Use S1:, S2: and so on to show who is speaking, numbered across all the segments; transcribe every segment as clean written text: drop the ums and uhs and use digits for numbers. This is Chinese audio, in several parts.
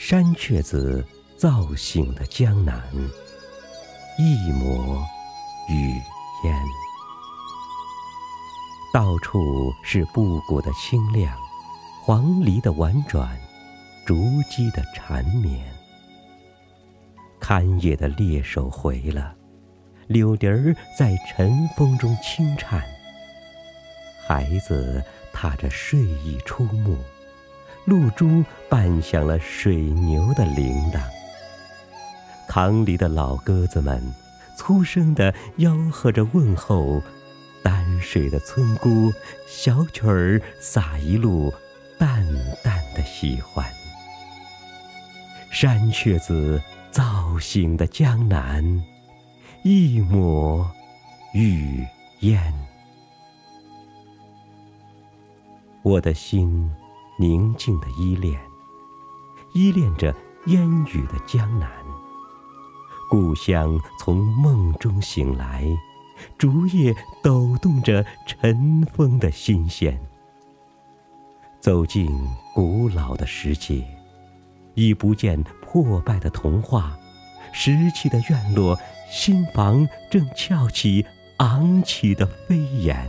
S1: 山雀子造醒的江南，一抹雨烟。到处是布谷的清亮，黄鹂的婉转，竹鸡的缠绵。看夜的猎手回了，柳笛儿在晨风中轻颤。孩子踏着睡意出没，露珠伴响了水牛的铃铛。炕里的老鸽子们粗声地吆喝着问候，淡水的村姑小曲儿洒一路淡淡的喜欢。山雀子造醒的江南，一抹雨烟。我的心宁静地依恋着烟雨的江南。故乡从梦中醒来，竹叶抖动着晨风的新鲜。走进古老的石阶，已不见破败的童话，石砌的院落，新房正翘起昂起的飞檐。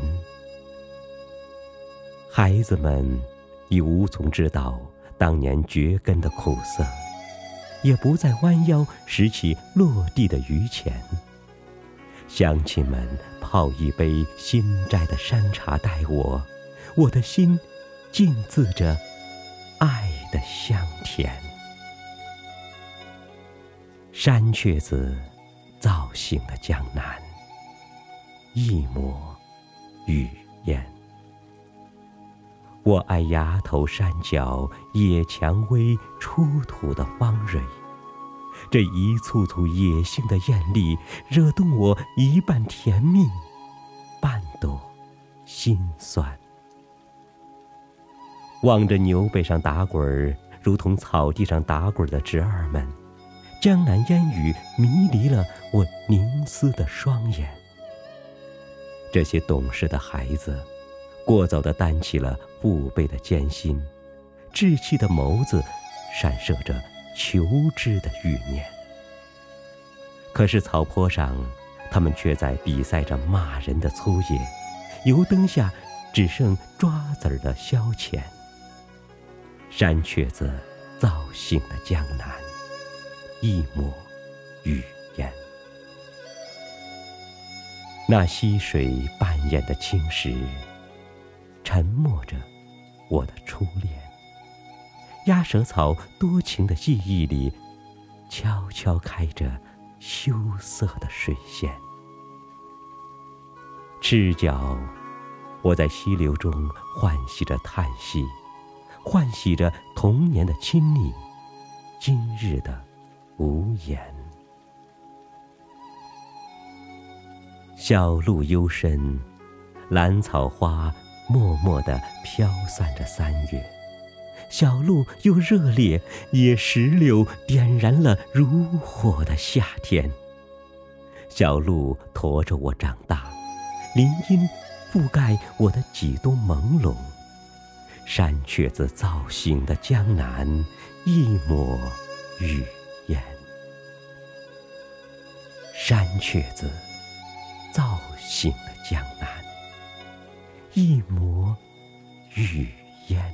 S1: 孩子们已无从知道当年蕨根的苦涩，也不再弯腰拾起落地的榆钱。乡亲们泡一杯新摘的山茶待我，我的心浸渍着爱的香甜。山雀子造醒的江南，一抹雨烟。我爱崖头山脚野蔷薇出土的芳蕊，这一簇簇野性的艳丽，惹动我一半甜蜜，半朵心酸。望着牛背上打滚儿，如同草地上打滚的侄儿们，江南烟雨迷离了我凝思的双眼。这些懂事的孩子过早地担起了父辈的艰辛，稚气的眸子闪射着求知的欲念。可是草坡上，他们却在比赛着骂人的粗野，油灯下只剩抓子儿的消遣。山雀子造醒的江南，一抹雨烟。那溪水扮演的青石，沉默着我的初恋。鸭舌草多情的记忆里，悄悄开着羞涩的水仙。赤脚，我在溪流中欢喜着叹息，欢喜着童年的亲昵，今日的无言。小路幽深，兰草花默默地飘散着三月。小路又热烈，野石榴点燃了如火的夏天。小路驮着我长大，林荫覆盖我的几冬朦胧。山雀子造醒的江南，一抹雨烟。山雀子造醒的江南，一抹雨烟。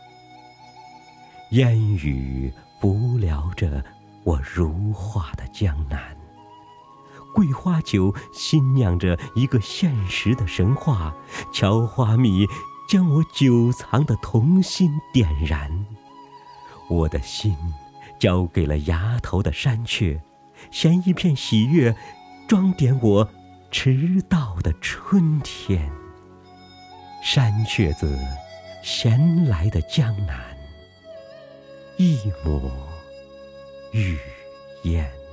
S1: 烟雨拂撩着我如画的江南，桂花酒新酿着一个现实的神话，荞花蜜将我久藏的童心点燃。我的心交给了崖头的山雀，衔一片喜悦，装点我迟到的春天。山雀子衔来的江南，一抹雨烟。